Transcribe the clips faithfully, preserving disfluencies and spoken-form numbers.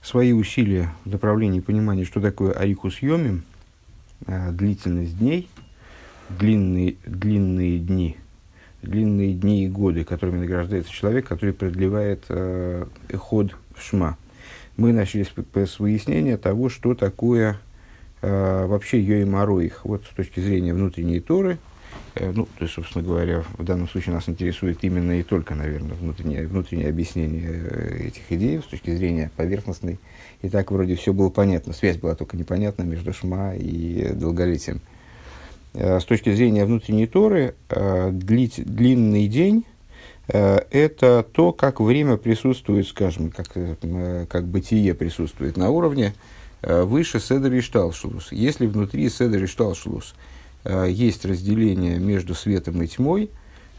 свои усилия в направлении понимания, что такое арикус йомим, э, длительность дней, длинные, длинные дни, длинные дни и годы, которыми награждается человек, который продлевает э, ход в шма. Мы начали с, с выяснения того, что такое э, вообще йоим ароих. Вот с точки зрения внутренней Торы, э, ну, то есть, собственно говоря, в данном случае нас интересует именно и только, наверное, внутреннее, внутреннее объяснение этих идей с точки зрения поверхностной. И так вроде все было понятно. Связь была только непонятна между шма и долголетием. С точки зрения внутренней Торы, длить, длинный день – это то, как время присутствует, скажем, как, как бытие присутствует на уровне выше седер и шталшелус. Если внутри седер и шталшелус есть разделение между светом и тьмой,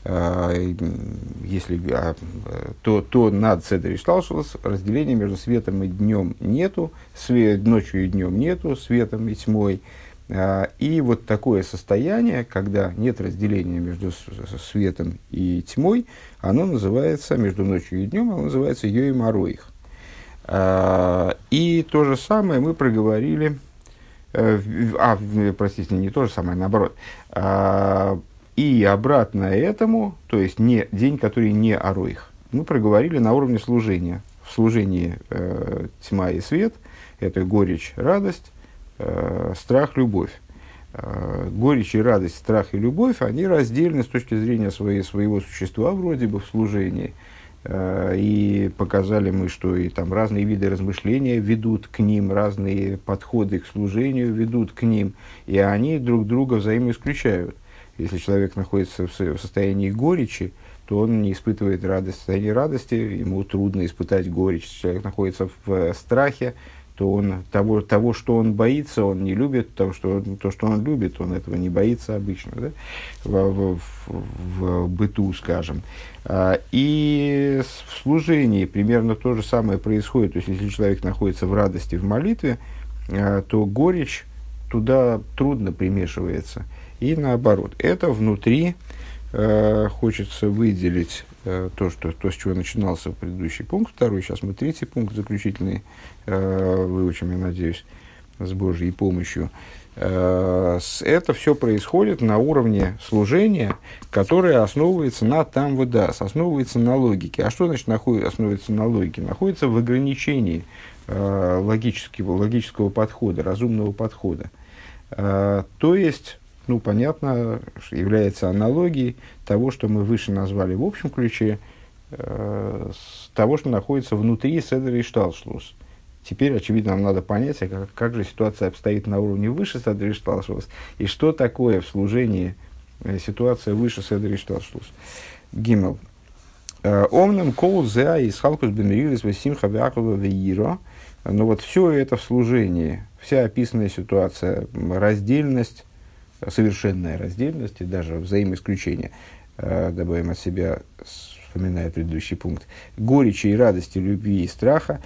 если, то, то над седер и шталшелус разделения между светом и днем нету, свет, ночью и днем нету, светом и тьмой. И вот такое состояние, когда нет разделения между светом и тьмой, оно называется, между ночью и днем, оно называется йоим ароих. И то же самое мы проговорили, а, простите, не то же самое, наоборот, и обратно этому, то есть не, день, который не ароих, мы проговорили на уровне служения. В служении э, тьма и свет – это горечь, радость, страх, любовь. Горечь и радость, страх и любовь, они раздельны с точки зрения своей, своего существа, вроде бы, в служении. И показали мы, что и там разные виды размышления ведут к ним, разные подходы к служению ведут к ним, и они друг друга взаимоисключают. Если человек находится в состоянии горечи, то он не испытывает радость. В состоянии радости ему трудно испытать горечь. Если человек находится в страхе, то он того, того, что он боится, он не любит, того, что, то, что он любит, он этого не боится обычно, да? в, в, в, в быту, скажем. И в служении примерно то же самое происходит. То есть, если человек находится в радости, в молитве, то горечь туда трудно примешивается. И наоборот. Это внутри хочется выделить то, что, то, с чего начинался предыдущий пункт, второй, сейчас мы третий пункт заключительный э, выучим, я надеюсь, с Божьей помощью. Э, с, это все происходит на уровне служения, которое основывается на там выдас, основывается на логике. А что значит находит, основывается на логике? Находится в ограничении э, логического, логического подхода, разумного подхода. Э, то есть, ну, понятно, является аналогией того, что мы выше назвали в общем ключе, э, с того, что находится внутри седер и шталшелус. Теперь, очевидно, нам надо понять, как, как же ситуация обстоит на уровне выше седер и шталшелус, и что такое в служении э, ситуация выше седер и шталшелус. Гимел. Омнем кол зеа и схалкус бемирилис весимха вякова веиро. Но вот все это в служении, вся описанная ситуация, раздельность, совершенная раздельность и даже взаимоисключение, э, добавим от себя, вспоминая предыдущий пункт, горечи и радости, любви и страха,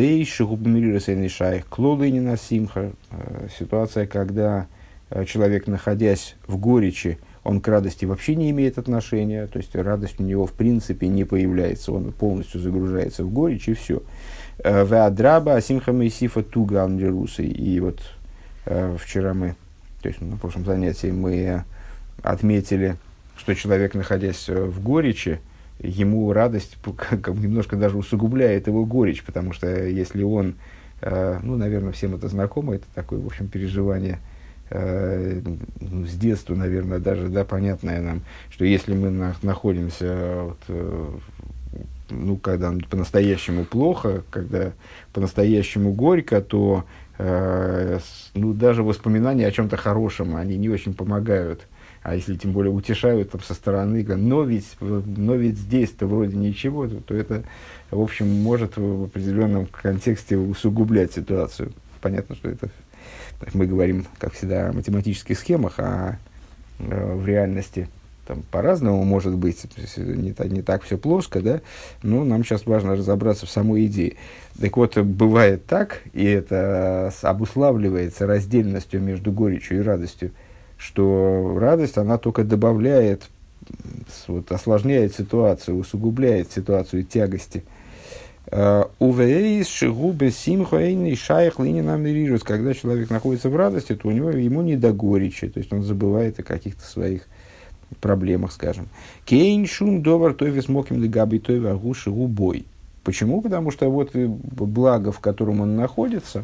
ситуация, когда э, человек, находясь в горечи, он к радости вообще не имеет отношения, то есть радость у него в принципе не появляется, он полностью загружается в горечь и все. Веадраба асимхама и сифа туга андрюсы. И вот э, вчера мы То есть на прошлом занятии мы отметили, что человек, находясь в горечи, ему радость как бы немножко даже усугубляет его горечь, потому что если он, ну, наверное, всем это знакомо, это такое, в общем, переживание ну, с детства, наверное, даже, да, понятное нам, что если мы на, находимся, вот, ну, когда по-настоящему плохо, когда по-настоящему горько, то ну, даже воспоминания о чем-то хорошем, они не очень помогают. А если тем более утешают там, со стороны, но ведь, но ведь здесь-то вроде ничего, то, то это, в общем, может в определенном контексте усугублять ситуацию. Понятно, что это мы говорим, как всегда, о математических схемах, а э, в реальности там по-разному может быть, не, так, не так все плоско, да, но нам сейчас важно разобраться в самой идее. Так вот, бывает так, и это обуславливается раздельностью между горечью и радостью, что радость, она только добавляет, вот, осложняет ситуацию, усугубляет ситуацию тягости. Увейс шигубе симхуэйный шайх линина мирирус. Когда человек находится в радости, то у него ему не до горечи, то есть он забывает о каких-то своих проблемах, скажем. Кейн шум довар той весмоким лигаби той вагуши губой. Почему? Потому что вот благо, в котором он находится,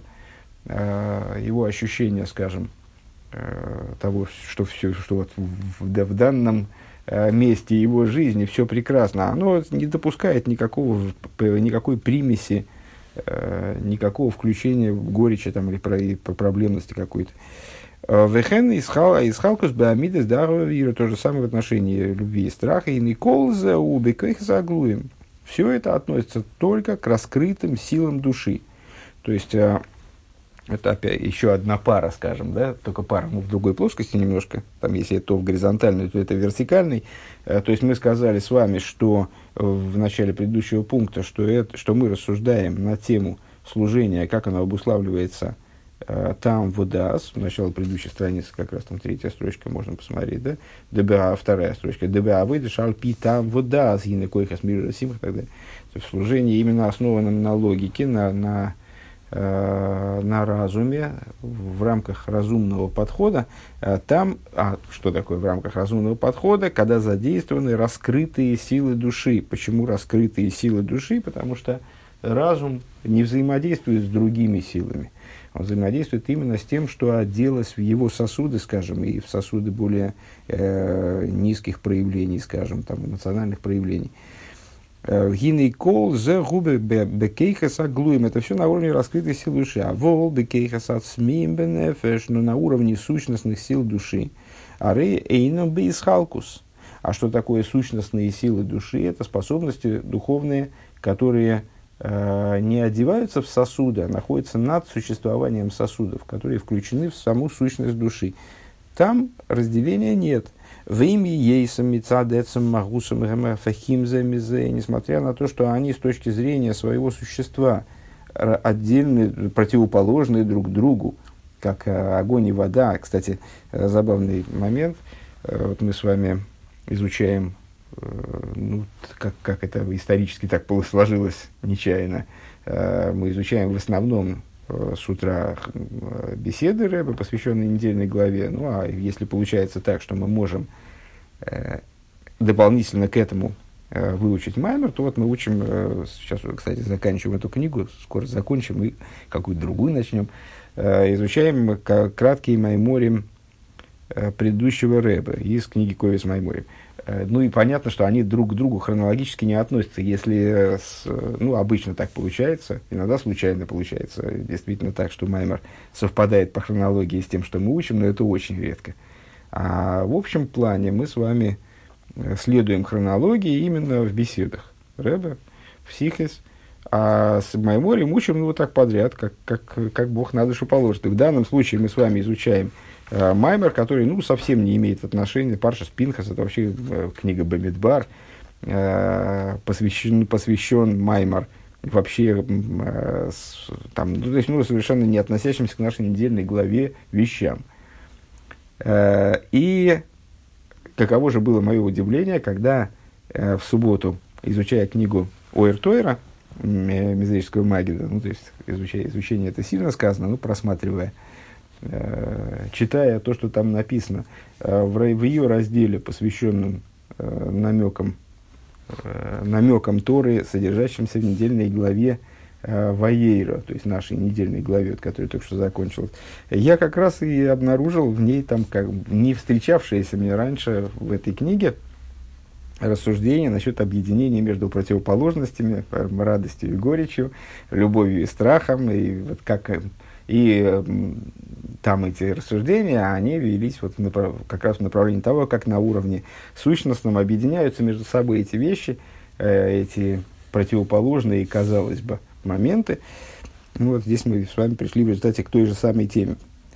его ощущение, скажем, того, что, все, что вот в, в данном месте его жизни все прекрасно, оно не допускает никакого, никакой примеси, никакого включения в горечи там, или про, про проблемности какой-то. Вехен исхалкус беамидес даровира, то же самое в отношении любви и страха, и николза убекэх заглуем. Все это относится только к раскрытым силам души. То есть, это опять еще одна пара, скажем, да, только пара, ну, в другой плоскости немножко, там, если это в горизонтальной, то это в вертикальной. То есть, мы сказали с вами, что в начале предыдущего пункта, что, это, что мы рассуждаем на тему служения, как оно обуславливается там водас, в начале предыдущей страницы, как раз там третья строчка, можно посмотреть, да, ДБА, вторая строчка, ДБА выйдешь, альпи там водас, гины койхас мира сим и так далее. То есть, служение именно основанном на логике, на, на на разуме, в рамках разумного подхода, там, а что такое в рамках разумного подхода, когда задействованы раскрытые силы души. Почему раскрытые силы души? Потому что разум не взаимодействует с другими силами. Он взаимодействует именно с тем, что оделось в его сосуды, скажем, и в сосуды более э, низких проявлений, скажем, там, эмоциональных проявлений. Гиней кол зе губы бекейхас аглуем. Это все на уровне раскрытой силы души. А вол бекейхас от смим бенефеш, но на уровне сущностных сил души. А рей эйном бейсхалкус. А что такое сущностные силы души? Это способности духовные, которые э, не одеваются в сосуды, а находятся над существованием сосудов, которые включены в саму сущность души. Там разделения нет. В имя ейсам мицадецам магусам фахимзамизе, несмотря на то, что они с точки зрения своего существа отдельные, противоположные друг другу, как огонь и вода. Кстати, забавный момент. Вот мы с вами изучаем, ну, как, как это исторически так сложилось нечаянно, мы изучаем в основном с утра беседы Рэбе, посвященные недельной главе. Ну, а если получается так, что мы можем э, дополнительно к этому э, выучить маймер, то вот мы учим, э, сейчас, кстати, заканчиваем эту книгу, скоро закончим и какую-то другую начнем, э, изучаем к- краткие маймори э, предыдущего Рэбе из книги Ковец Майморим. Ну и понятно, что они друг к другу хронологически не относятся. Если, с, ну, обычно так получается, иногда случайно получается, действительно так, что маймер совпадает по хронологии с тем, что мы учим, но это очень редко. А в общем плане мы с вами следуем хронологии именно в беседах Ребе, в Сихес, а с Майморем учим ну, вот так подряд, как, как, как Бог на душу положит. И в данном случае мы с вами изучаем Маймер, который ну, совсем не имеет отношения, Паршас Пинхас, это вообще э, книга Бамидбар, э, посвящен, посвящен Маймер вообще э, с, там, ну, то есть, ну, совершенно не относящимся к нашей недельной главе вещам. Э, и каково же было мое удивление, когда э, в субботу, изучая книгу Ойр Тойра, Мизрического Магида, ну, то есть изучая, изучение это сильно сказано, ну, просматривая, читая то, что там написано в, в ее разделе, посвященном э, намекам, э, намекам Торы, содержащимся в недельной главе э, Ваейра, то есть нашей недельной главе, вот, которая только что закончилась, я как раз и обнаружил в ней, там, как, не встречавшееся мне раньше в этой книге, рассуждение насчет объединения между противоположностями, радостью и горечью, любовью и страхом, и вот как... И э, там эти рассуждения, они велись вот в направ... как раз в направлении того, как на уровне сущностном объединяются между собой эти вещи, э, эти противоположные, казалось бы, моменты. Ну, вот здесь мы с вами пришли в результате к той же самой теме.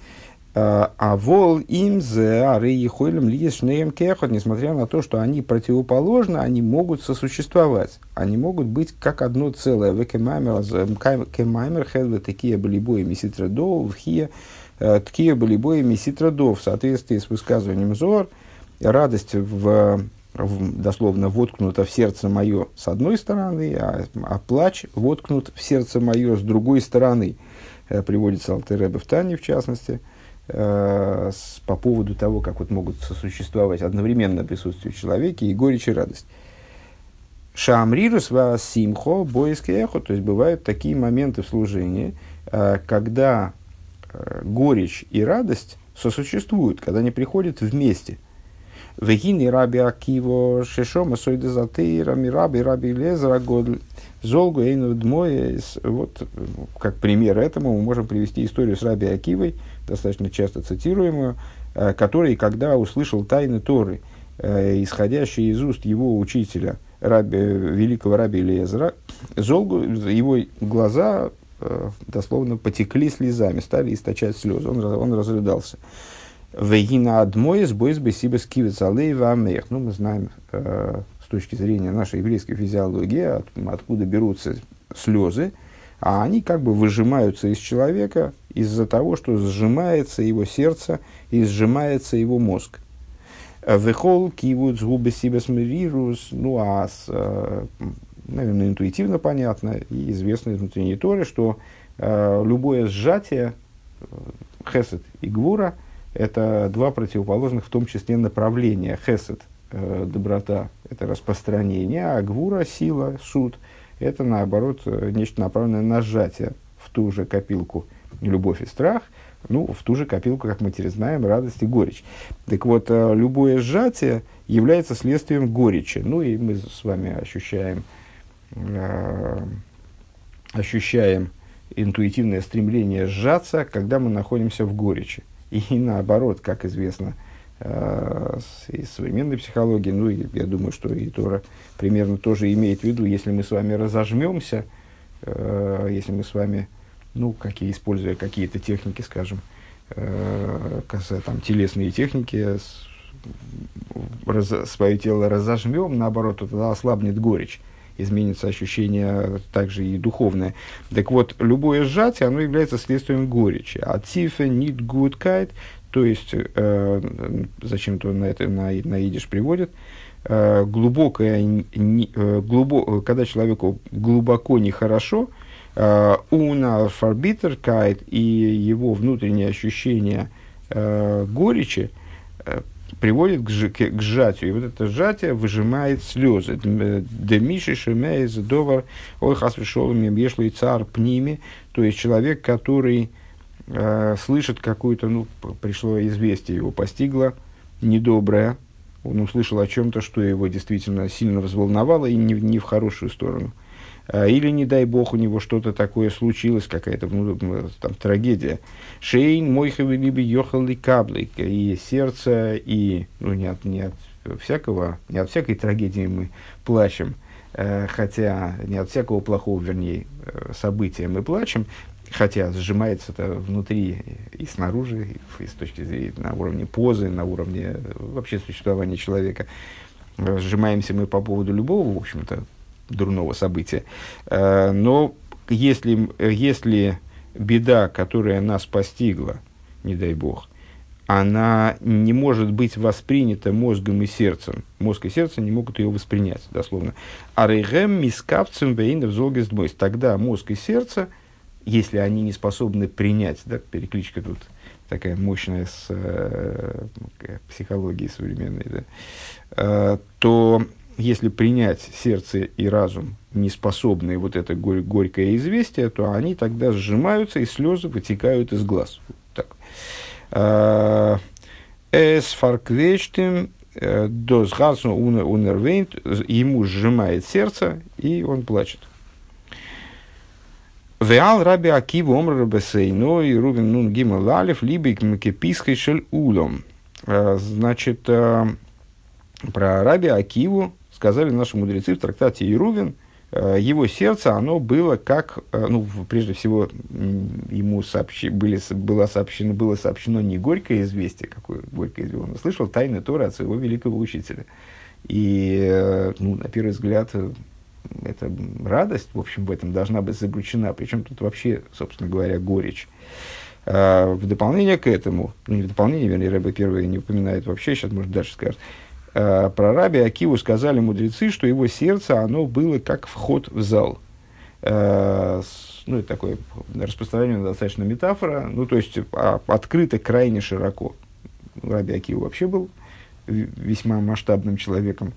А вол им зе ары ехойлем лиес шнеем кехот, несмотря на то, что они противоположны, они могут сосуществовать, они могут быть как одно целое. В кемаймер хедве такие болибои миситрадов, в хие такие болибои миситрадов, в соответствии с высказыванием Зор, радость в дословно, воткнуто в сердце мое с одной стороны, а, а плач воткнут в сердце мое с другой стороны. Приводится Алтер Ребе в Тане, в частности, э, с, по поводу того, как вот могут сосуществовать одновременно присутствие в человеке и горечь, и радость. Шаамрирус ва симхо бойское эхо, то есть бывают такие моменты в служении, э, когда э, горечь и радость сосуществуют, когда они приходят вместе. Вегини раби Акиво шешома сойдезатейра мираби раби Лезера годль золгу эйну дмоес. Вот как пример этому мы можем привести историю с раби Акивой, достаточно часто цитируемую, который, когда услышал тайны Торы, исходящие из уст его учителя, раби, великого раби Лезера, золгу, его глаза дословно потекли слезами, стали источать слезы, он, он разрыдался. Вегина адмоис бойс бесиба скивец алейва амех. Ну, мы знаем э, с точки зрения нашей еврейской физиологии, от, откуда берутся слезы, а они как бы выжимаются из человека из-за того, что сжимается его сердце и сжимается его мозг. Вехол кивут згубы сиба смирирус. Ну, а с, э, наверное, интуитивно понятно и известно из внутренней Торы, что э, любое сжатие, э, хесед и гвура, это два противоположных, в том числе, направления. Хесед э, – доброта, это распространение, а гвура – сила, суд – это, наоборот, нечто направленное на сжатие в ту же копилку любовь и страх, ну, в ту же копилку, как мы теперь знаем, радость и горечь. Так вот, э, любое сжатие является следствием горечи. Ну, и мы с вами ощущаем, э, ощущаем интуитивное стремление сжаться, когда мы находимся в горечи. И наоборот, как известно э, из современной психологии, ну, и я думаю, что и Тора примерно тоже имеет в виду, если мы с вами разожмемся, э, если мы с вами, ну, какие, используя какие-то техники, скажем, э, там, телесные техники, с, раз, свое тело разожмем, наоборот, то тогда ослабнет горечь, изменится ощущение также и духовное. Так вот, любое сжатие, оно является следствием горечи. А тифе нит гудкайт, то есть, э, зачем-то на это на, на идиш приводит, э, глубокое, не, э, глубо, когда человеку глубоко нехорошо, уна фарбитер кайт, и его внутреннее ощущение э, горечи э, приводит к, ж, к, к сжатию. И вот это сжатие выжимает слезы. Демиши шемейз довар ой хасвишолами бешлый цар пними. То есть человек, который э, слышит какую-то, ну, пришло известие, его постигло недоброе. Он услышал о чем-то, что его действительно сильно взволновало, и не, не в хорошую сторону. Или, не дай бог, у него что-то такое случилось, какая-то, ну, там, трагедия. Шейн мойхави либо йохал ли каблик. И сердце, и, ну, не от, не от всякого, не от всякой трагедии мы плачем, э, хотя, не от всякого плохого, вернее, события мы плачем, хотя сжимается это внутри и снаружи, и с точки зрения на уровне позы, на уровне вообще существования человека. Сжимаемся мы по поводу любого, в общем-то, дурного события. Но если, если беда, которая нас постигла, не дай бог, она не может быть воспринята мозгом и сердцем, мозг и сердце не могут ее воспринять, дословно. Арейгем мискапцем вейнов золгестмойс. Тогда мозг и сердце, если они не способны принять, да, перекличка тут такая мощная с э, психологией современной, да, э, то если принять сердце и разум, не способные вот это горь- горькое известие, то они тогда сжимаются, и слезы вытекают из глаз. Так. Эс фарквештим дозгасу унервейнт, ему сжимает сердце, и он плачет. Веал раби Акива омр рабесейно и рубин нун гимал алиф либик мекеписхой шель улом. Значит, про раби Акиву сказали наши мудрецы в трактате Ирувин, его сердце, оно было как, ну, прежде всего, ему сообщи, были, было, сообщено, было сообщено не горькое известие, какое горькое известие, он услышал тайны Торы от своего великого учителя. И, ну, на первый взгляд, эта радость, в общем, в этом должна быть заключена. Причем тут вообще, собственно говоря, горечь. В дополнение к этому, ну, не в дополнение, вернее, Рэбе первый не упоминает вообще, сейчас, может, дальше скажет, Про Раби Акиву сказали мудрецы, что его сердце, оно было как вход в зал. Ну, это такое распространенная достаточно метафора, ну, то есть, открыто крайне широко. Раби Акива вообще был весьма масштабным человеком.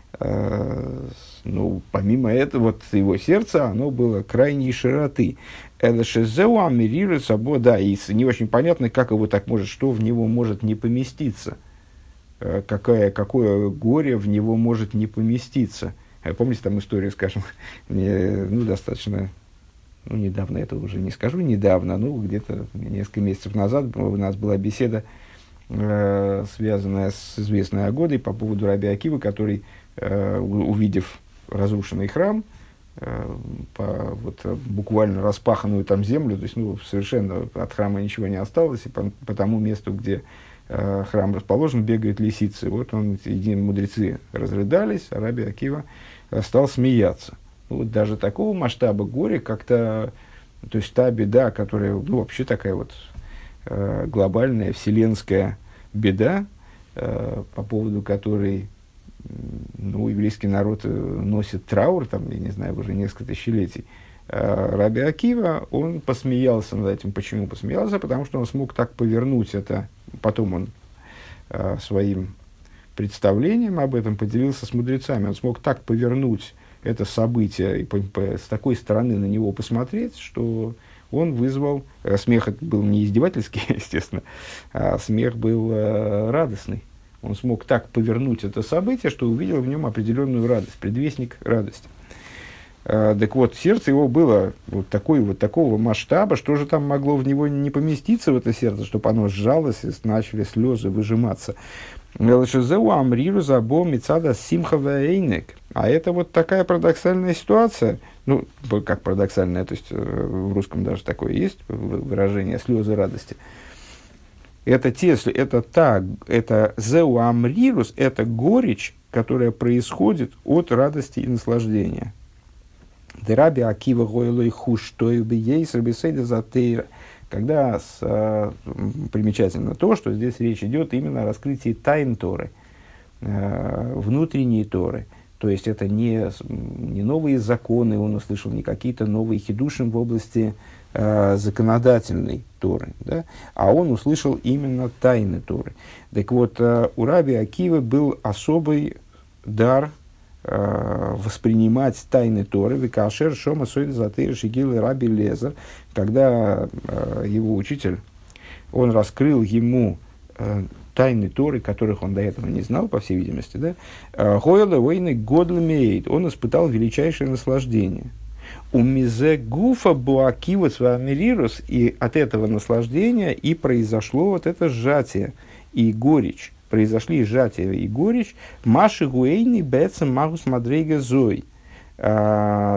Ну, помимо этого, вот его сердце, оно было крайней широты. Это шезеу амириру собой, да, и не очень понятно, как его так может, что в него может не поместиться. Какое, какое горе в него может не поместиться. Помните там историю, скажем, ну, достаточно, ну, недавно, это уже не скажу, недавно, ну, где-то несколько месяцев назад у нас была беседа, э, связанная с известной Агодой по поводу Раби Акивы, который, э, увидев разрушенный храм, э, по, вот, буквально распаханную там землю, то есть, ну, совершенно от храма ничего не осталось, и по, по тому месту, где храм расположен, бегают лисицы. Вот он, эти мудрецы разрыдались, а Раби Акива стал смеяться. Вот даже такого масштаба горя как-то, то есть та беда, которая, ну, вообще такая вот э, глобальная вселенская беда, э, по поводу которой, ну, еврейский народ носит траур, там, я не знаю, уже несколько тысячелетий. э, Раби Акива, он посмеялся над этим. Почему посмеялся? Потому что он смог так повернуть это. Потом он э, своим представлением об этом поделился с мудрецами. Он смог так повернуть это событие и по, по, с такой стороны на него посмотреть, что он вызвал... Э, смех был не издевательский, естественно, а смех был э, радостный. Он смог так повернуть это событие, что увидел в нем определенную радость, предвестник радости. Так вот, сердце его было вот, такой, вот такого масштаба, что же там могло в него не поместиться, в это сердце, чтобы оно сжалось, и начали слезы выжиматься. А это вот такая парадоксальная ситуация, ну, как парадоксальная, то есть в русском даже такое есть выражение, слезы радости. Это, те, это, та, это зеуамрирус, это горечь, которая происходит от радости и наслаждения. Раби Акива гойлой хуш, то и бейсер беседа затейра. Когда с, а, примечательно то, что здесь речь идет именно о раскрытии тайн Торы, а, внутренней Торы. То есть это не, не новые законы, он услышал не какие-то новые хидушим в области а, законодательной Торы, да? А он услышал именно тайны Торы. Так вот, а, у Раби Акивы был особый дар воспринимать тайны Торы, векашер шома сойда затейр шигил Раби Лезер, когда э, его учитель, он раскрыл ему э, тайны Торы, которых он до этого не знал, по всей видимости, да, Хойле войны годлемейд, он испытал величайшее наслаждение. У мизе гуфа буакивас вамирирус, и от этого наслаждения и произошло вот это сжатие и горечь. Произошли сжатие и горечь. Маши гуэйни бэцэм магус мадрейга зой. То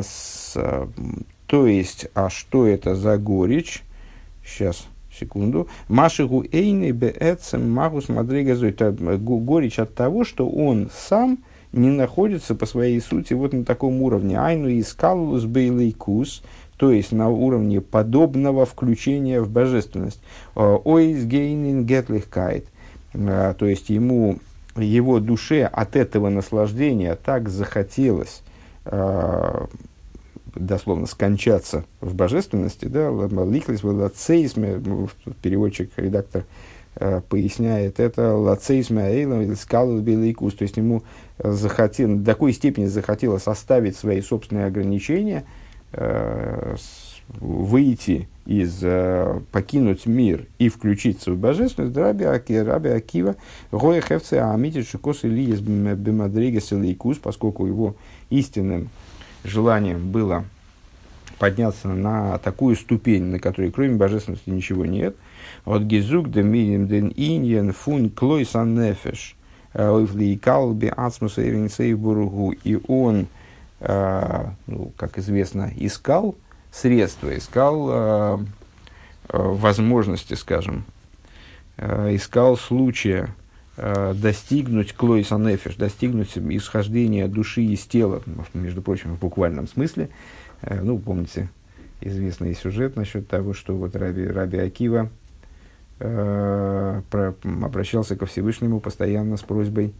есть, а что это за горечь? Сейчас, секунду. Маши гуэйни бэцэм магус мадрейга зой. Это горечь от того, что он сам не находится по своей сути вот на таком уровне. Айну искалус бейлейкус. То есть, на уровне подобного включения в божественность. Ойс гейнин гетлихкайт. То есть ему, его душе от этого наслаждения так захотелось э, дословно скончаться в божественности, да, ликлис лацейсме, переводчик, редактор э, поясняет это, лацейсме эйлам скалус белейкус, то есть ему захотел, до такой степени захотелось оставить свои собственные ограничения, э, выйти из, э, покинуть мир и включиться в божественность. Раби Акива, Раби Акива, гоя хевце амитит шикос илиес бемадригес илейкус, поскольку его истинным желанием было подняться на такую ступень, на которой кроме божественности ничего нет. Вот гизук демидим ден иньен фун клойс аннефеш ойфлиикал би ацмус эвенцей буругу. И он, э, ну, как известно, искал средства, искал э, э, возможности, скажем, э, искал случая э, достигнуть клойса нефеш, достигнуть исхождения души из тела, между прочим, в буквальном смысле. Э, ну, помните, известный сюжет насчет того, что вот Раби, Раби Акива э, про, обращался ко Всевышнему постоянно с просьбой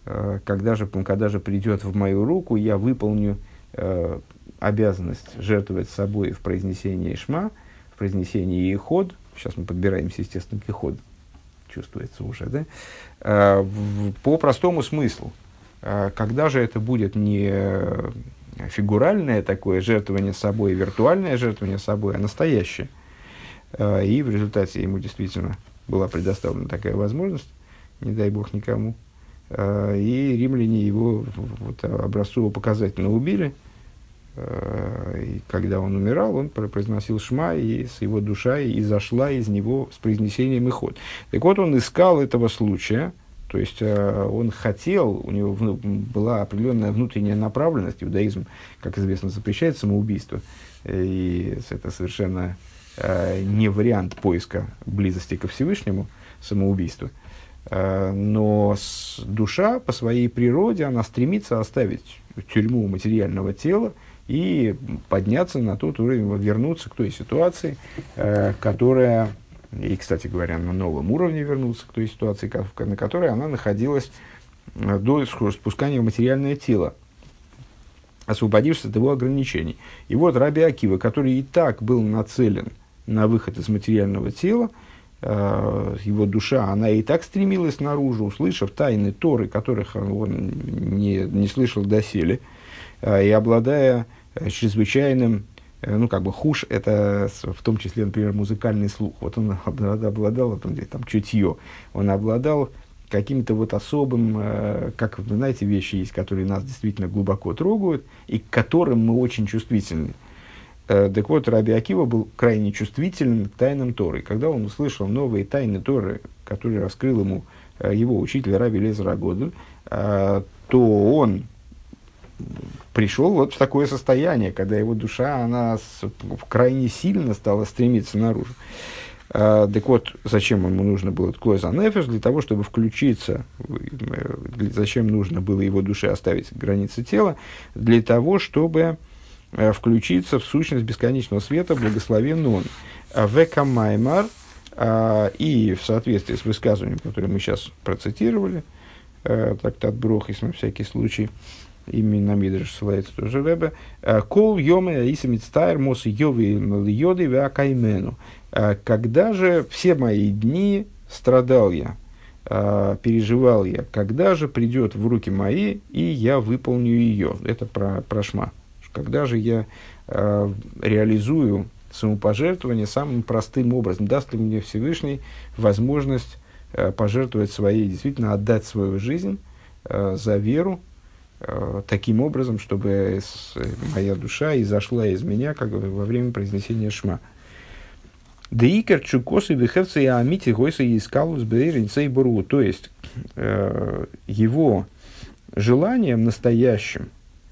э, когда, же, когда же придет в мою руку, я выполню э, обязанность жертвовать собой в произнесении шма, в произнесении иход. Сейчас мы подбираемся, естественно, к иход, чувствуется уже, да? Э, в, по простому смыслу. Э, когда же это будет не фигуральное такое жертвование собой, виртуальное жертвование собой, а настоящее. Э, и в результате ему действительно была предоставлена такая возможность, не дай бог никому. Э, и римляне его вот, образцово-показательно убили. И когда он умирал, он произносил шма, и с его душа изошла из него с произнесением иход. Так вот, он искал этого случая, то есть он хотел, у него была определенная внутренняя направленность. Иудаизм, как известно, запрещает самоубийство, и это совершенно не вариант поиска близости ко Всевышнему, самоубийство. Но душа по своей природе, она стремится оставить тюрьму материального тела и подняться на тот уровень, вернуться к той ситуации, э, которая, и, кстати говоря, на новом уровне вернуться к той ситуации, как, на которой она находилась до спускания в материальное тело, освободившись от его ограничений. И вот Раби Акива, который и так был нацелен на выход из материального тела, э, его душа, она и так стремилась наружу, услышав тайны Торы, которых он не, не слышал доселе, э, и обладая чрезвычайным, ну, как бы, хуш, это в том числе, например, музыкальный слух. Вот он обладал, вот он, там, чутье, он обладал каким-то вот особым, как, вы знаете, вещи есть, которые нас действительно глубоко трогают, и к которым мы очень чувствительны. Так вот, Раби Акива был крайне чувствителен к тайнам Торы. Когда он услышал новые тайны Торы, которые раскрыл ему его учитель Раби Элиэзер а-Годель, то он пришел вот в такое состояние, когда его душа, она с, крайне сильно стала стремиться наружу. А, так вот, зачем ему нужно было клойз анефеш? Для того, чтобы включиться, зачем нужно было его душе оставить границы тела? Для того, чтобы включиться в сущность бесконечного света, благословен он. Века маймар, и в соответствии с высказыванием, которое мы сейчас процитировали, трактат Брохис на всякий случай, именно Мидраш ссылается тоже Ребе. Кол йоме аиса мицтайр мос йови йоды веакаймену. Когда же все мои дни страдал я, переживал я, когда же придет в руки мои, и я выполню ее. Это про, про шма. Когда же я реализую самопожертвование самым простым образом. Даст ли мне Всевышний возможность пожертвовать своей, действительно отдать свою жизнь за веру, таким образом, чтобы моя душа изошла из меня, как во время произнесения шма. Деикер чукосы вихевцы и амити гойсы искалус бейринцей буру. То есть, э, его желанием настоящим,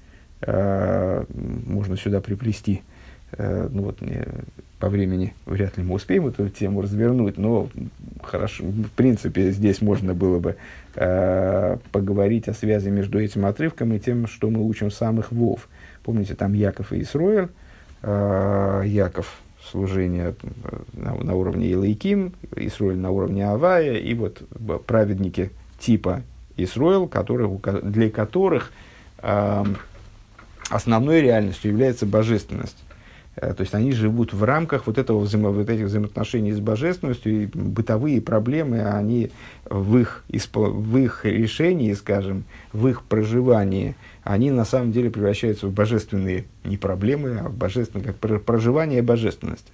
э, можно сюда приплести, э, ну вот, не, по времени вряд ли мы успеем эту тему развернуть, но хорошо, в принципе, здесь можно было бы э, поговорить о связи между этим отрывком и тем, что мы учим в самых Вов. Помните, там Яков и Исроэль, э, Яков служение на, на уровне Илайким, Исроэль на уровне Авая, и вот праведники типа Исроэль, которых, для которых э, основной реальностью является божественность. То есть они живут в рамках вот, этого взаимо, вот этих взаимоотношений с божественностью, и бытовые проблемы, они в их, в их решении, скажем, в их проживании, они на самом деле превращаются в божественные не проблемы, а в божественное, как проживание божественности.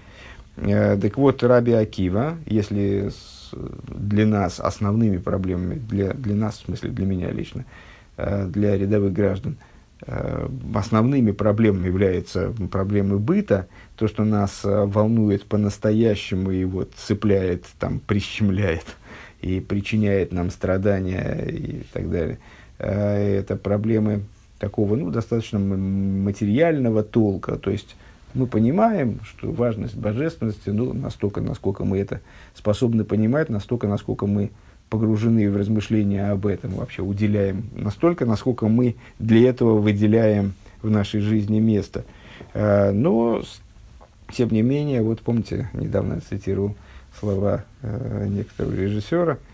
Так вот, Раби Акива, если для нас основными проблемами, для, для нас, в смысле для меня лично, для рядовых граждан, основными проблемами являются проблемы быта, то, что нас волнует по-настоящему и вот цепляет, там, прищемляет и причиняет нам страдания и так далее. Это проблемы такого, ну, достаточно материального толка. То есть мы понимаем, что важность божественности, ну, настолько, насколько мы это способны понимать, настолько, насколько мы погружены в размышления об этом, вообще уделяем настолько, насколько мы для этого выделяем в нашей жизни место. Но, тем не менее, вот помните, недавно я цитировал слова некоторого режиссера,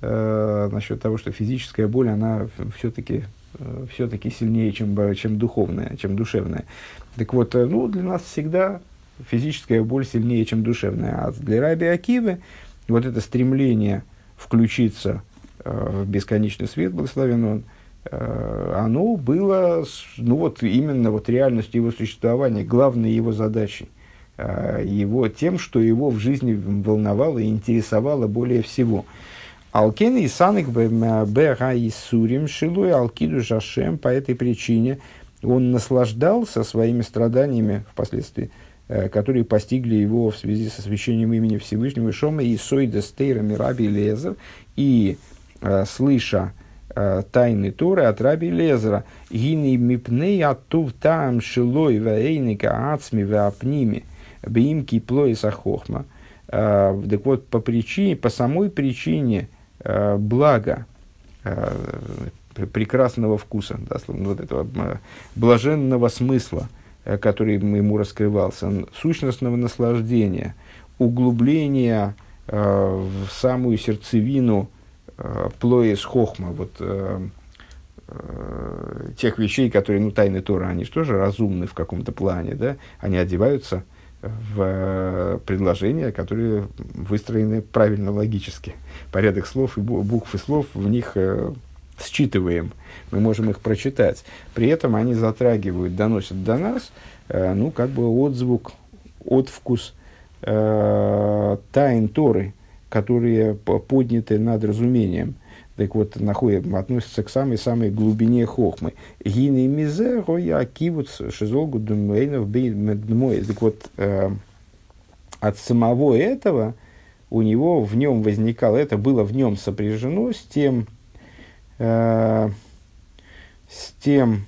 э, насчет того, что физическая боль, она все-таки э, все-таки сильнее, чем, бо- чем духовная, чем душевная. Так вот, э, ну, для нас всегда физическая боль сильнее, чем душевная. А для Раби Акивы вот это стремление включиться э, в бесконечный свет, благословен он, э, оно было, с- ну вот именно вот реальностью его существования, главной его задачей, э, его, тем, что его в жизни волновало и интересовало более всего. Алкен и санек бэга и сурим шилуй алкиду жашем. По этой причине он наслаждался своими страданиями впоследствии, э, которые постигли его в связи со освящением имени Всевышнего Шома и Сойда Стейрами Раби Лезер, и э, слыша э, тайны Торы от Раби Лезера, гини мипней аттув таам шилой ваэйника ацми ваапними бимки плои сахохма. Так вот, по причине, по самой причине э, блага, э, прекрасного вкуса, да, словно вот этого э, блаженного смысла, э, который ему раскрывался, сущностного наслаждения, углубления э, в самую сердцевину э, плоис хохма, вот, э, э, тех вещей, которые, ну, тайны Торы, они же тоже разумны в каком-то плане, да, они одеваются в э, предложения, которые выстроены правильно логически. Порядок слов и букв и слов в них э, считываем, мы можем их прочитать. При этом они затрагивают, доносят до нас, э, ну, как бы отзвук, отвкус э, тайн Торы, которые подняты над разумением. Так вот, находят, относятся к самой-самой глубине хохмы. Гины мизе роя акивуц шизолгу думейнов беймедмой. Так вот, э, от самого этого у него в нем возникало, это было в нем сопряжено с тем, э, с тем,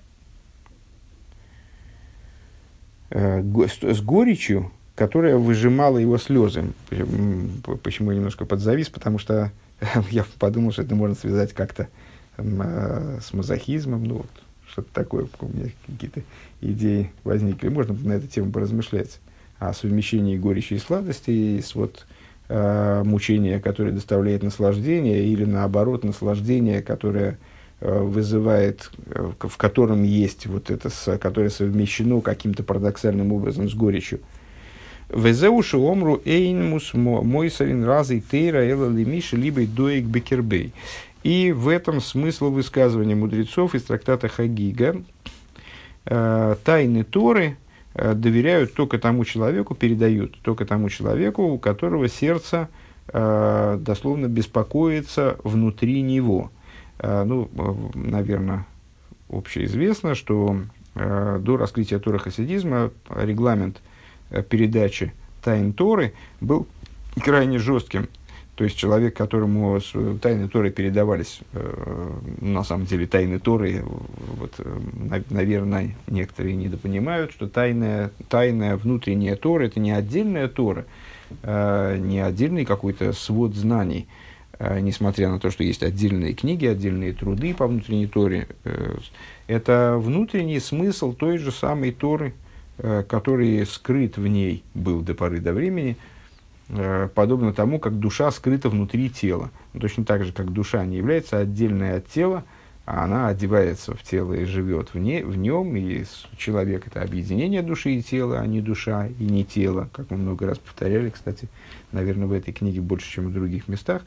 э, го, с, с горечью, которая выжимала его слезы. Почему я немножко подзавис? Потому что я подумал, что это можно связать как-то э, с мазохизмом, ну, вот, что-то такое, у меня какие-то идеи возникли. Можно на эту тему поразмышлять о совмещении горечи и сладости, и с вот, э, мучения, которое доставляет наслаждение, или наоборот, наслаждение, которое э, вызывает, э, в котором есть вот это, которое совмещено каким-то парадоксальным образом с горечью. Везеуши омру эйнмус мойсарин разы тейра эла лимиши либо доик бекербей. И в этом смысл высказывания мудрецов из трактата Хагига. Э, тайны Торы э, доверяют только тому человеку, передают только тому человеку, у которого сердце э, дословно беспокоится внутри него. Э, ну, э, наверное, общеизвестно, что э, до раскрытия Торы хасидизма регламент передачи тайн Торы был крайне жестким. То есть человек, которому тайны Торы передавались, э, на самом деле тайны Торы, вот, э, наверное, некоторые недопонимают, что тайная, тайная внутренняя Тора — это не отдельная Тора, э, не отдельный какой-то свод знаний, э, несмотря на то, что есть отдельные книги, отдельные труды по внутренней Торе. Э, это внутренний смысл той же самой Торы, который скрыт в ней был до поры до времени, подобно тому, как душа скрыта внутри тела. Точно так же, как душа не является отдельной от тела, а она одевается в тело и живет в, не, в нем, и человек — это объединение души и тела, а не душа и не тело, как мы много раз повторяли, кстати, наверное, в этой книге больше, чем в других местах.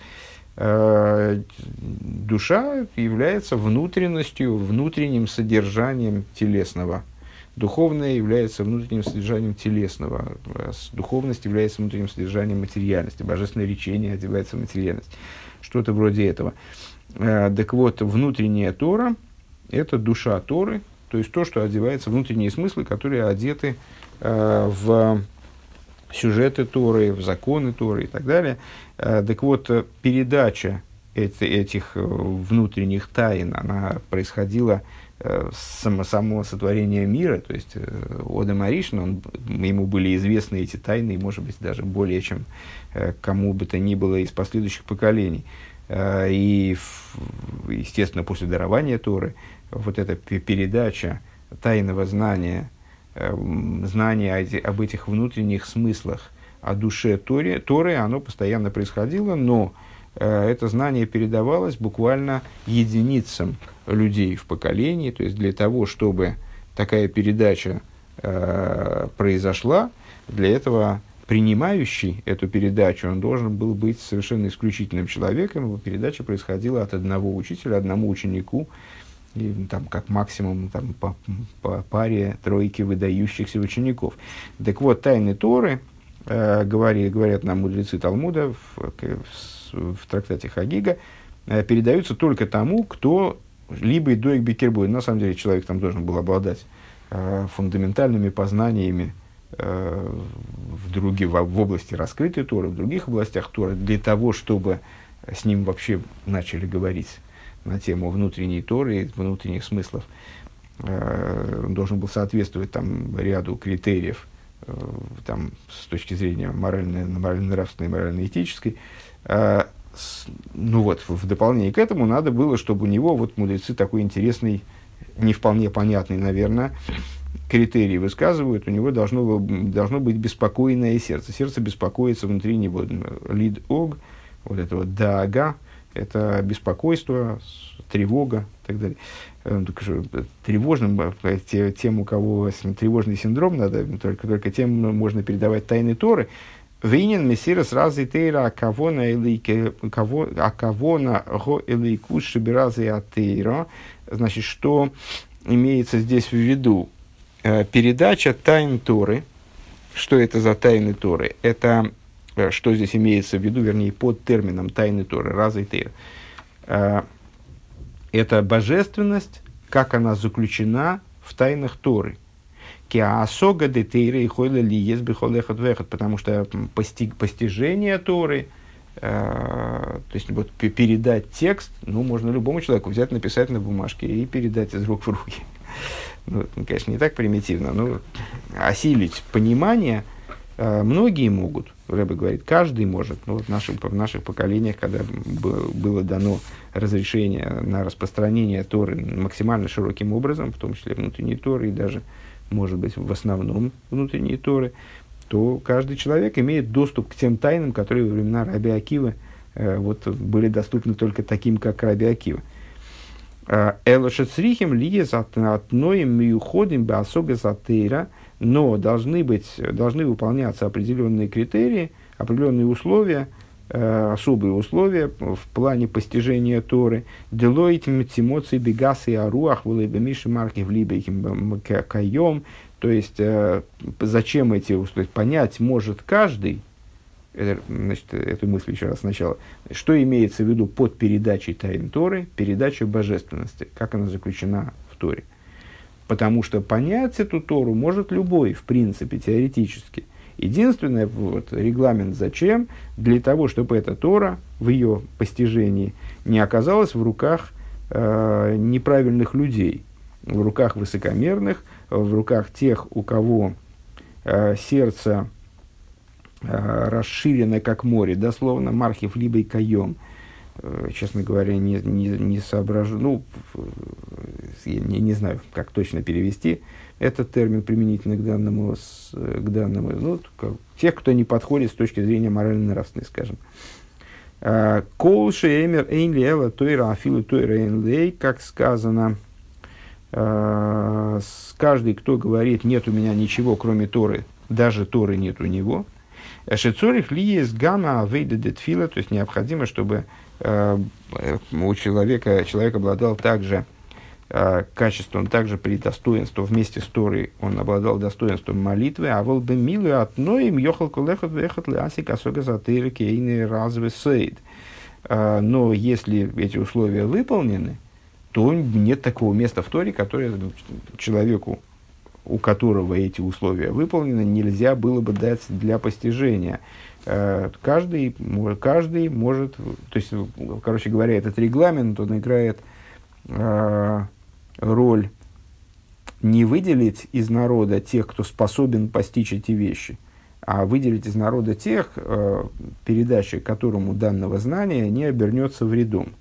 Душа является внутренностью, внутренним содержанием телесного. Духовное является внутренним содержанием телесного, духовность является внутренним содержанием материальности, божественное речение одевается в материальность, что-то вроде этого. Э, так вот, внутренняя Тора – это душа Торы, то есть то, что одевается, внутренние смыслы, которые одеты э, в сюжеты Торы, в законы Торы и так далее. Э, так вот, передача эти, этих внутренних тайн, она происходила с само, самого сотворения мира, то есть Одем Аришин, он, ему были известны эти тайны, и, может быть, даже более чем кому бы то ни было из последующих поколений. И, естественно, после дарования Торы, вот эта передача тайного знания, знания об этих внутренних смыслах, о душе Торы, Торы, оно постоянно происходило, но это знание передавалось буквально единицам людей в поколении. То есть для того, чтобы такая передача э, произошла, для этого принимающий эту передачу, он должен был быть совершенно исключительным человеком. Его передача происходила от одного учителя, одному ученику, и, там, как максимум там, по, по паре, тройке выдающихся учеников. Так вот, тайны Торы, э, говори, говорят нам мудрецы Талмуда в, в, в трактате Хагига, э, передаются только тому, кто либо и доик бекербой. На самом деле человек там должен был обладать э, фундаментальными познаниями э, в, други, в, в области раскрытой Торы, в других областях Торы, для того, чтобы с ним вообще начали говорить на тему внутренней Торы и внутренних смыслов. Э, он должен был соответствовать там, ряду критериев э, там, с точки зрения моральной, морально-нравственной, морально-этической. Э, с, ну вот, в, в дополнение к этому надо было, чтобы у него, вот мудрецы такой интересный, не вполне понятный, наверное, критерий высказывают, у него должно, должно быть беспокойное сердце. Сердце беспокоится внутри него. Лид-ог, вот это вот даага, это беспокойство, тревога и так далее. Тревожным, тем, у кого тревожный синдром, надо, только, только тем можно передавать тайны Торы. Винен мессирас разы тейра акавона го элейкус шибиразы атейра. Значит, что имеется здесь в виду? Передача тайн Торы. Что это за тайны Торы? Это что здесь имеется в виду, вернее, под термином тайны Торы, разы тейра. Это божественность, как она заключена в тайнах Торы. Киасога де тейра и хойла ли есть бихолехат вехат, потому что постиг, постижение Торы, э, то есть вот, передать текст, ну, можно любому человеку взять, написать на бумажке и передать из рук в руки. Ну, конечно, не так примитивно, но осилить понимание э, многие могут. Рэбе говорит, каждый может. Ну, вот в, наших, в наших поколениях, когда было, было дано разрешение на распространение Торы максимально широким образом, в том числе внутренней Торы и даже, может быть, в основном внутренней Торы, то каждый человек имеет доступ к тем тайнам, которые во времена Раби Акивы э, вот, были доступны только таким, как Раби Акива. Элошецрихим лиез атноим миуходим беосога затейра, но должны быть, должны выполняться определенные критерии, определенные условия, э, особые условия в плане постижения Торы. Делоитим тимоций бегас и аруах вулейбемиши марки в либейхим кайом. То есть, э, зачем эти условия? Понять может каждый. Это, значит, эту мысль еще раз сначала. Что имеется в виду под передачей тайн Торы? Передача божественности. Как она заключена в Торе. Потому что понять эту Тору может любой, в принципе, теоретически. Единственное, вот, регламент зачем? Для того, чтобы эта Тора в ее постижении не оказалась в руках э, неправильных людей, в руках высокомерных, в руках тех, у кого э, сердце э, расширено как море, дословно, мархив либо и каем. Честно говоря, не, не, не соображу, ну, я не, не знаю, как точно перевести этот термин применительно к данному, с, к данному ну, как, тех, кто не подходит с точки зрения морально-нравственной, скажем. Колши эмер эйнли эла тойра афилу тойра эйнлей, как сказано, каждый, кто говорит, нет у меня ничего, кроме Торы, даже Торы нет у него. Шецорих ли есть гамма авейда детфила, то есть необходимо, чтобы у человека, человек обладал также э, качеством, также при достоинстве, вместе с Торой он обладал достоинством молитвы, а вол бы милую отноим йохал колехот вехот лясик асога затыры кейны разве сейд. Но если эти условия выполнены, то нет такого места в Торе, которое человеку, у которого эти условия выполнены, нельзя было бы дать для постижения. Каждый, каждый может, то есть, короче говоря, этот регламент, он играет э, роль не выделить из народа тех, кто способен постичь эти вещи, а выделить из народа тех, э, передача которому данного знания не обернется вредом.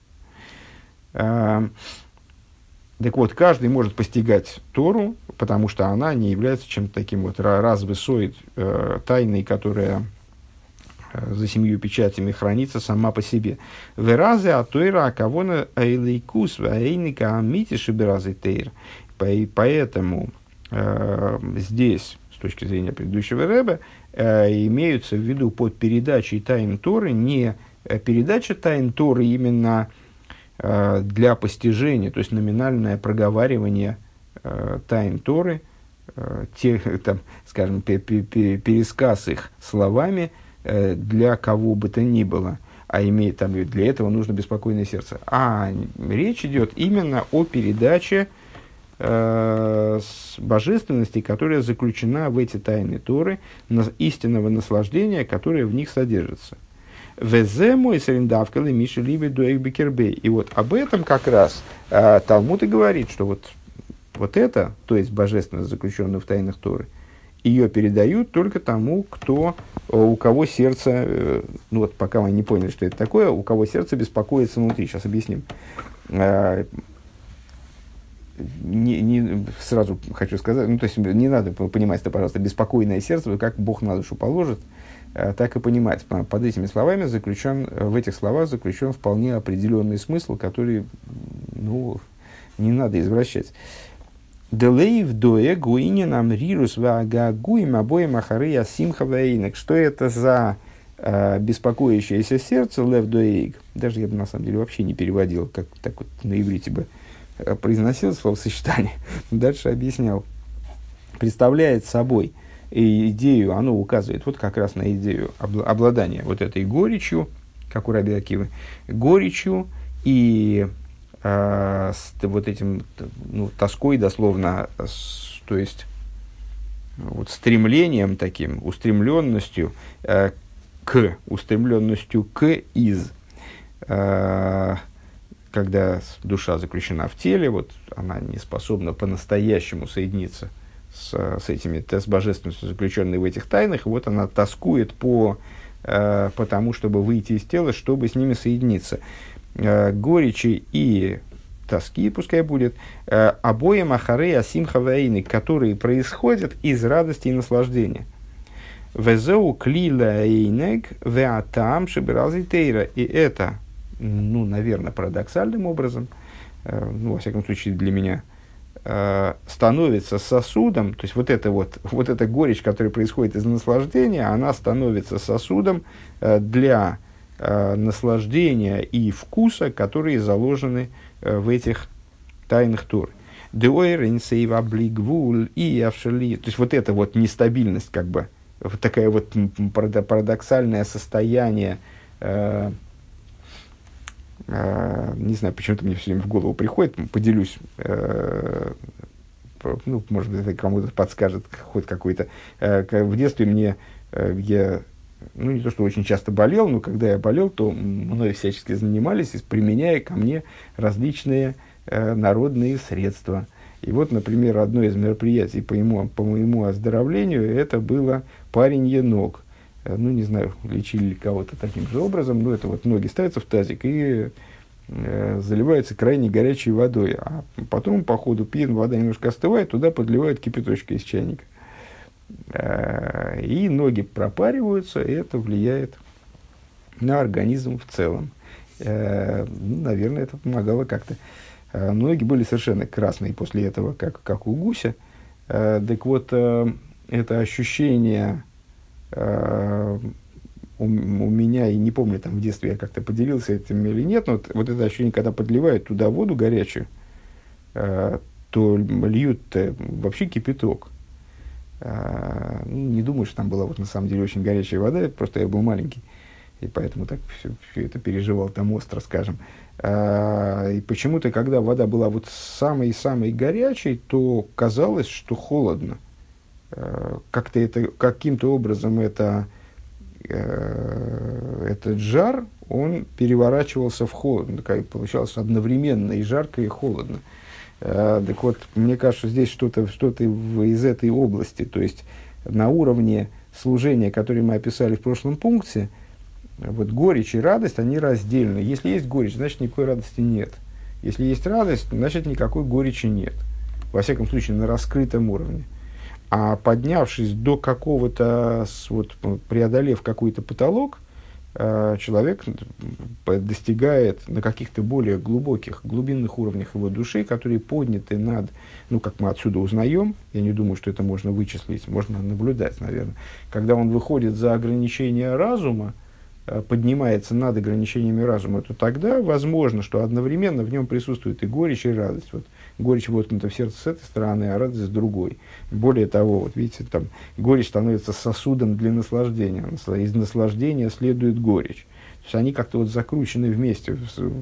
Э, так вот, каждый может постигать Тору, потому что она не является чем-то таким вот развысой, э, тайной, которая за семью печатями хранится сама по себе. Веразы атойра акавона эйлейкус ваэйника амитиши беразы тейр. Поэтому э, здесь, с точки зрения предыдущего рэбе, э, имеются в виду под передачей тайн Торы не передача тайн Торы именно э, для постижения, то есть номинальное проговаривание э, тайн Торы, э, те, там, скажем, пе- пе- пе- пересказ их словами э, для кого бы то ни было, а имеет, там, для этого нужно беспокойное сердце. А речь идет именно о передаче э, с божественности, которая заключена в эти тайны Торы, на, истинного наслаждения, которое в них содержится. Везему и сарендавкалы Миши Ливи Дуэк Бекербей. И вот об этом как раз э, Талмуд и говорит, что вот, вот это, то есть божественность, заключенная в тайнах Торы, ее передают только тому, кто, у кого сердце, э, ну вот пока мы не поняли, что это такое, у кого сердце беспокоится внутри. Сейчас объясним. Э, не, не, сразу хочу сказать, ну то есть не надо понимать это, пожалуйста, беспокойное сердце, как Бог на душу положит, так и понимать. Под этими словами заключен, в этих словах заключен вполне определенный смысл, который, ну, не надо извращать. Делейв доэ гуинин амрирус ваагагуим обоим ахарыя симхаваинек. Что это за э, беспокоящееся сердце, лев доэйг? Даже я бы на самом деле вообще не переводил, как так вот на иврите бы э, произносил словосочетание. Дальше объяснял. Представляет собой и идею, оно указывает вот как раз на идею обладания вот этой горечью, как у Раби Акивы, горечью и э, с вот этим, ну, тоской дословно, с, то есть вот стремлением таким, устремленностью э, к, устремленностью к из, э, когда душа заключена в теле, вот она не способна по-настоящему соединиться С, с этими, с божественностью, заключенной в этих тайнах, вот она тоскует по, э, по тому, чтобы выйти из тела, чтобы с ними соединиться. Э, горечи и тоски, пускай будет, э, обоим ахарей асимха ваины, которые происходят из радости и наслаждения. Везеу клила эйнег веатам шибразы тейра. И это, ну, наверное, парадоксальным образом, э, ну, во всяком случае, для меня, становится сосудом, то есть вот эта вот, вот эта горечь, которая происходит из наслаждения, она становится сосудом для наслаждения и вкуса, которые заложены в этих тайнах Торы. И авшали, то есть вот эта вот нестабильность, как бы, вот такая вот парадоксальное состояние, Uh, не знаю, почему-то мне все время в голову приходит, поделюсь, uh, ну, может быть, это кому-то подскажет хоть какой-то. Uh, в детстве мне, uh, я, ну, не то, что очень часто болел, но когда я болел, то мной всячески занимались, применяя ко мне различные uh, народные средства. И вот, например, одно из мероприятий по, ему, по моему оздоровлению, это было паренье ног. Ну, не знаю, лечили ли кого-то таким же образом, но это вот ноги ставятся в тазик и э, заливаются крайне горячей водой. А потом, по ходу пьян, вода немножко остывает, туда подливают кипяточка из чайника. Э, и ноги пропариваются, и это влияет на организм в целом. Э, ну, наверное, это помогало как-то. Э, ноги были совершенно красные после этого, как, как у гуся. Э, так вот, э, это ощущение... Uh, у, у меня, и не помню, там в детстве я как-то поделился этим или нет, но вот, вот это ощущение, когда подливают туда воду горячую, uh, то льют вообще кипяток. Uh, ну, не думаю, что там была вот на самом деле очень горячая вода, просто я был маленький, и поэтому так все, все это переживал там остро, скажем. Uh, и почему-то, когда вода была вот самой-самой горячей, то казалось, что холодно. Как-то это, каким-то образом это, э, этот жар, он переворачивался в холод. Получалось одновременно и жарко, и холодно. Э, так вот, мне кажется, здесь что-то, что-то из этой области. То есть, на уровне служения, которое мы описали в прошлом пункте, вот горечь и радость, они раздельны. Если есть горечь, значит, никакой радости нет. Если есть радость, значит, никакой горечи нет. Во всяком случае, на раскрытом уровне. А поднявшись до какого-то, вот, преодолев какой-то потолок, человек достигает на каких-то более глубоких, глубинных уровнях его души, которые подняты над, ну, как мы отсюда узнаем, я не думаю, что это можно вычислить, можно наблюдать, наверное, когда он выходит за ограничения разума, поднимается над ограничениями разума, то тогда возможно, что одновременно в нем присутствует и горечь, и радость. Вот, горечь воткнута в сердце с этой стороны, а радость с другой. Более того, вот видите, там горечь становится сосудом для наслаждения. Из наслаждения следует горечь. То есть они как-то вот закручены вместе,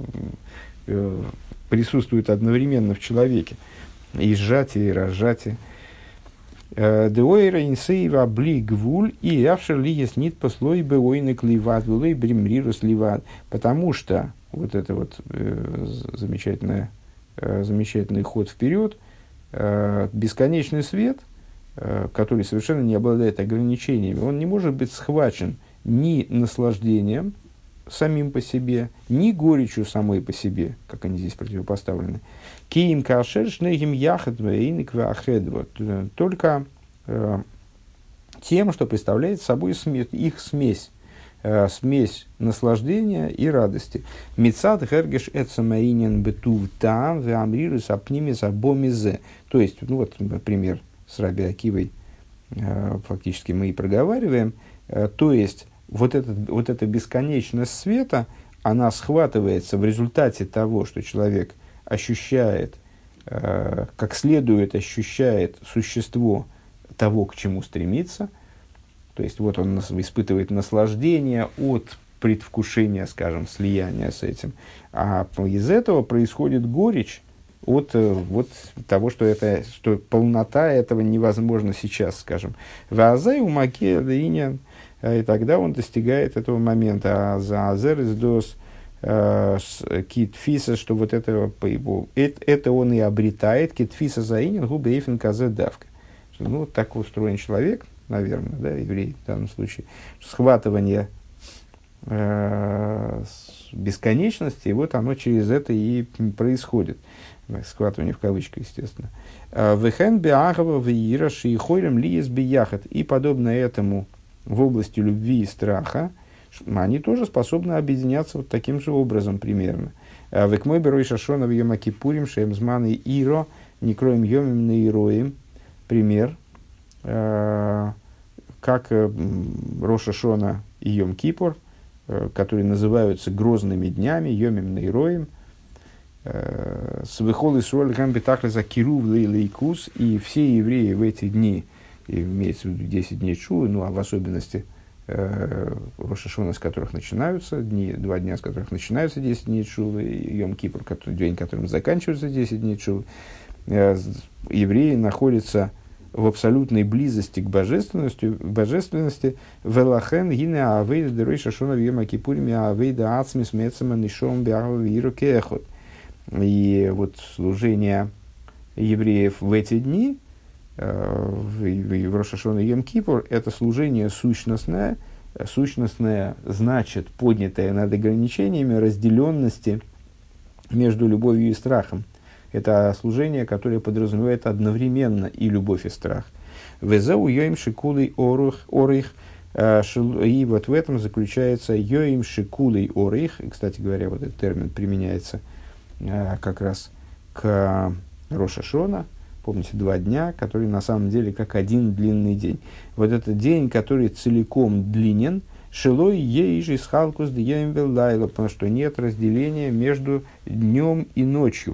присутствуют одновременно в человеке. И сжатие, и разжатие. Деойра инсейва бли гвуль и авшер ли есть нит послой бы ойны кливат вулей бримрирус ливат. Потому что вот это вот э, замечательное, э, замечательный ход вперед, э, бесконечный свет, э, который совершенно не обладает ограничениями, он не может быть схвачен ни наслаждением самим по себе, ни горечью самой по себе, как они здесь противопоставлены. Киим кашер шнегим яхат вейник вахедва. Только э, тем, что представляет собой смесь, их смесь, э, смесь наслаждения и радости. Мицад хергеш эцамаинен бетув там веамрирус апнимис абомизе. То есть, ну вот пример с Раби Акивой, э, фактически мы и проговариваем. Э, то есть, вот, этот, вот эта бесконечность света, она схватывается в результате того, что человек ощущает, э, как следует ощущает существо того, к чему стремится. То есть, вот он испытывает наслаждение от предвкушения, скажем, слияния с этим. А из этого происходит горечь от вот, того, что, это, что полнота этого невозможна сейчас, скажем. «Ваазай умаке линян». И тогда он достигает этого момента. А за азер из дос китфиса, что вот это, это он и обретает, китфиса заинен губы эйфен казе давка. Ну, так устроен человек, наверное, да, еврей в данном случае, схватывание э, бесконечности, и вот оно через это и происходит. Схватывание в кавычках, естественно. Вехен биахава виираши и хойлем лиес бияхат. И подобно этому в области любви и страха, они тоже способны объединяться вот таким же образом примерно. Век мой берой шашона в йома кипурим шемзман и иро не кроем йомим на ироим. Пример, э, как э, Роша Шона и Йом Кипур, э, которые называются грозными днями, йомим на ироим, с выхол из Шуэль гамбитахли за кирув лейкус, и все евреи в эти дни, и имеется в виду десять дней Шувы, ну а в особенности Роша Шона, с которых начинаются дни, два дня, с которых начинаются десять дней Шувы, и Йом Кипур, который, день, которым заканчивается десять дней Шувы, евреи находятся в абсолютной близости к божественности, божественности. Велахен гине авейда деройша шона вьема кипурими авейда ацмис мецема нишом биахва виру кехот. И вот служение евреев в эти дни, в, в Рош ха-Шана и Йом Кипур, это служение сущностное. Сущностное значит поднятое над ограничениями разделенности между любовью и страхом. Это служение, которое подразумевает одновременно и любовь, и страх. Везеу йоим шикулей орих. И вот в этом заключается йоим шикулей орих. И, кстати говоря, вот этот термин применяется как раз к Рош ха-Шана. Помните, два дня, которые на самом деле как один длинный день. Вот этот день, который целиком длинен, шилой ейж из халкус дьем веллайла, потому что нет разделения между днем и ночью.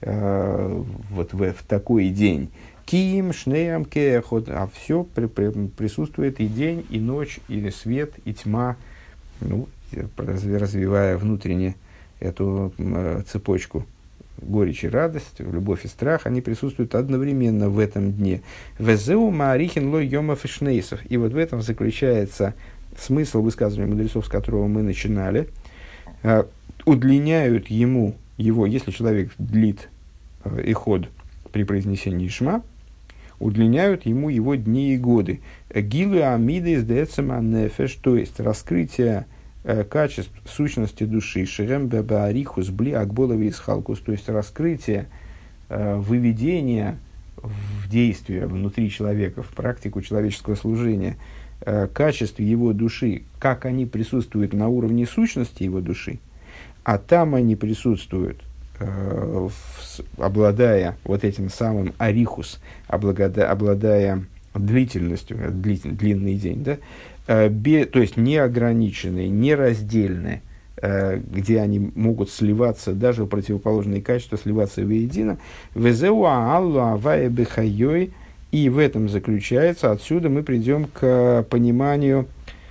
Вот в, в такой день. Киим, шнеям, кеохот, а все при, при, присутствует и день, и ночь, и свет, и тьма, ну, развивая внутренне эту э, цепочку горечь и радость, любовь и страх, они присутствуют одновременно в этом дне. Везеу маарихин лой йомов и шнейсов. И вот в этом заключается смысл высказывания мудрецов, с которого мы начинали. Э, удлиняют ему его, если человек длит и ход при произнесении шма, удлиняют ему его дни и годы. Гилу амиды из децема нефеш, то есть раскрытие э, качеств сущности души, шерем бебаарихус бли акболови из халкус, то есть раскрытие, э, выведение в действие внутри человека, в практику человеческого служения, э, качеств его души, как они присутствуют на уровне сущности его души, а там они присутствуют, э, в, обладая вот этим самым арихус, обладая, обладая длительностью, дли, длинный день, да, э, бе, то есть неограниченные, нераздельные, э, где они могут сливаться, даже противоположные качества сливаться воедино. Везеуа алла авая бехайой. И в этом заключается, отсюда мы придем к пониманию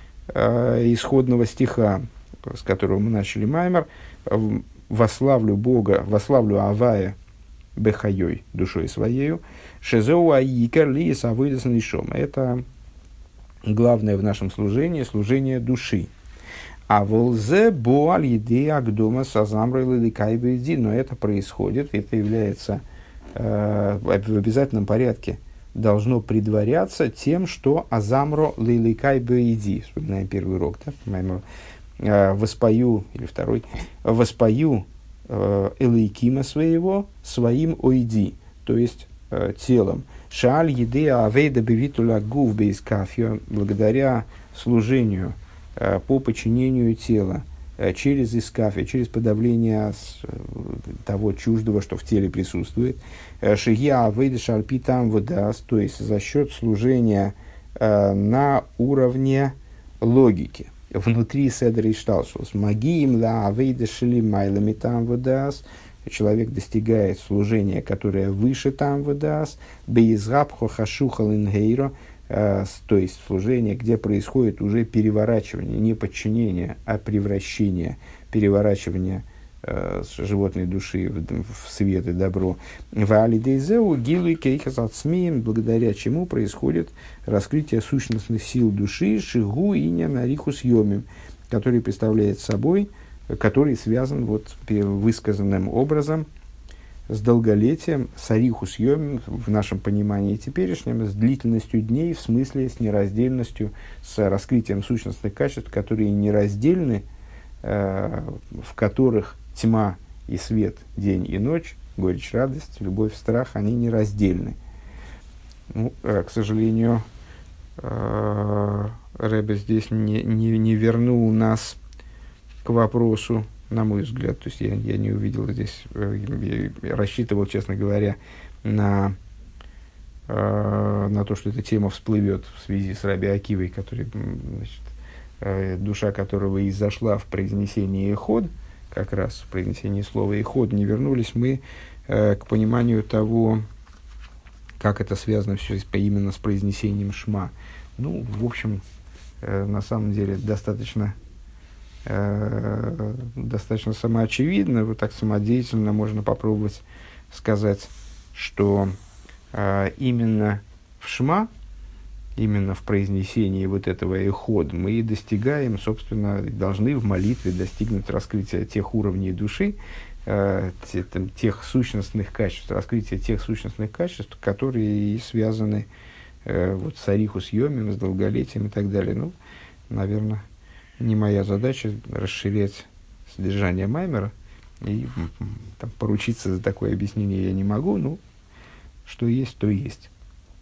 э, исходного стиха, с которого мы начали маймер. «Вославлю Бога, вославлю Авая бехайой, душой своею, шезеу аикер ли савыдас нишом». Это главное в нашем служении, служение души. А волзе боаль едея гдома сазамрой лиликай бейди. Но это происходит, это является э, в обязательном порядке, должно предваряться тем, что азамро лиликай бейди. Вспоминаем первый урок, да? Маймер. Э, воспою, или второй, воспою э, элейкима своего своим ойди, то есть э, телом. Шааль едея авейда бевитуля гув бейс кафьо, благодаря служению э, по подчинению тела, э, через искафе, через подавление с, э, того чуждого, что в теле присутствует. Шия авейда шальпи там выдаст, то есть за счет служения э, на уровне логики. Внутри седра и шталшус. Магиим ла авейда шили майлами там выдаст. Человек достигает служения, которое выше там выдаст. Бейзгабхо хашухал ингейро. То есть служение, где происходит уже переворачивание, не подчинение, а превращение, переворачивание э, животной души в, в свет и добро. Ваалидейзеу гилуй кейхас ацмием, благодаря чему происходит раскрытие сущностных сил души, шигу иня нарихус йомим, который представляет собой, который связан вот высказанным образом с долголетием, с арихус йомим, в нашем понимании теперешнем, с длительностью дней, в смысле с нераздельностью, с раскрытием сущностных качеств, которые нераздельны, э, в которых тьма и свет, день и ночь, горечь, радость, любовь, страх, они нераздельны. Ну, э, к сожалению, э, Ребе здесь не, не, не вернул нас к вопросу, на мой взгляд. То есть я, я не увидел здесь, э, я рассчитывал, честно говоря, на, э, на то, что эта тема всплывет в связи с Раби Акивой, который, значит, э, душа которого изошла в произнесении эход, как раз в произнесении слова эход. Не вернулись мы э, к пониманию того, как это связано все именно с произнесением шма. Ну, в общем, э, на самом деле достаточно достаточно самоочевидно, вот так самодеятельно можно попробовать сказать, что э, именно в шма, именно в произнесении вот этого эход мы достигаем, собственно, должны в молитве достигнуть раскрытия тех уровней души, э, те, там, тех сущностных качеств, раскрытия тех сущностных качеств, которые и связаны э, вот, с арихус йомим, с долголетием и так далее. Ну, наверное, не моя задача расширять содержание маймера, и там, поручиться за такое объяснение я не могу, ну, что есть, то есть.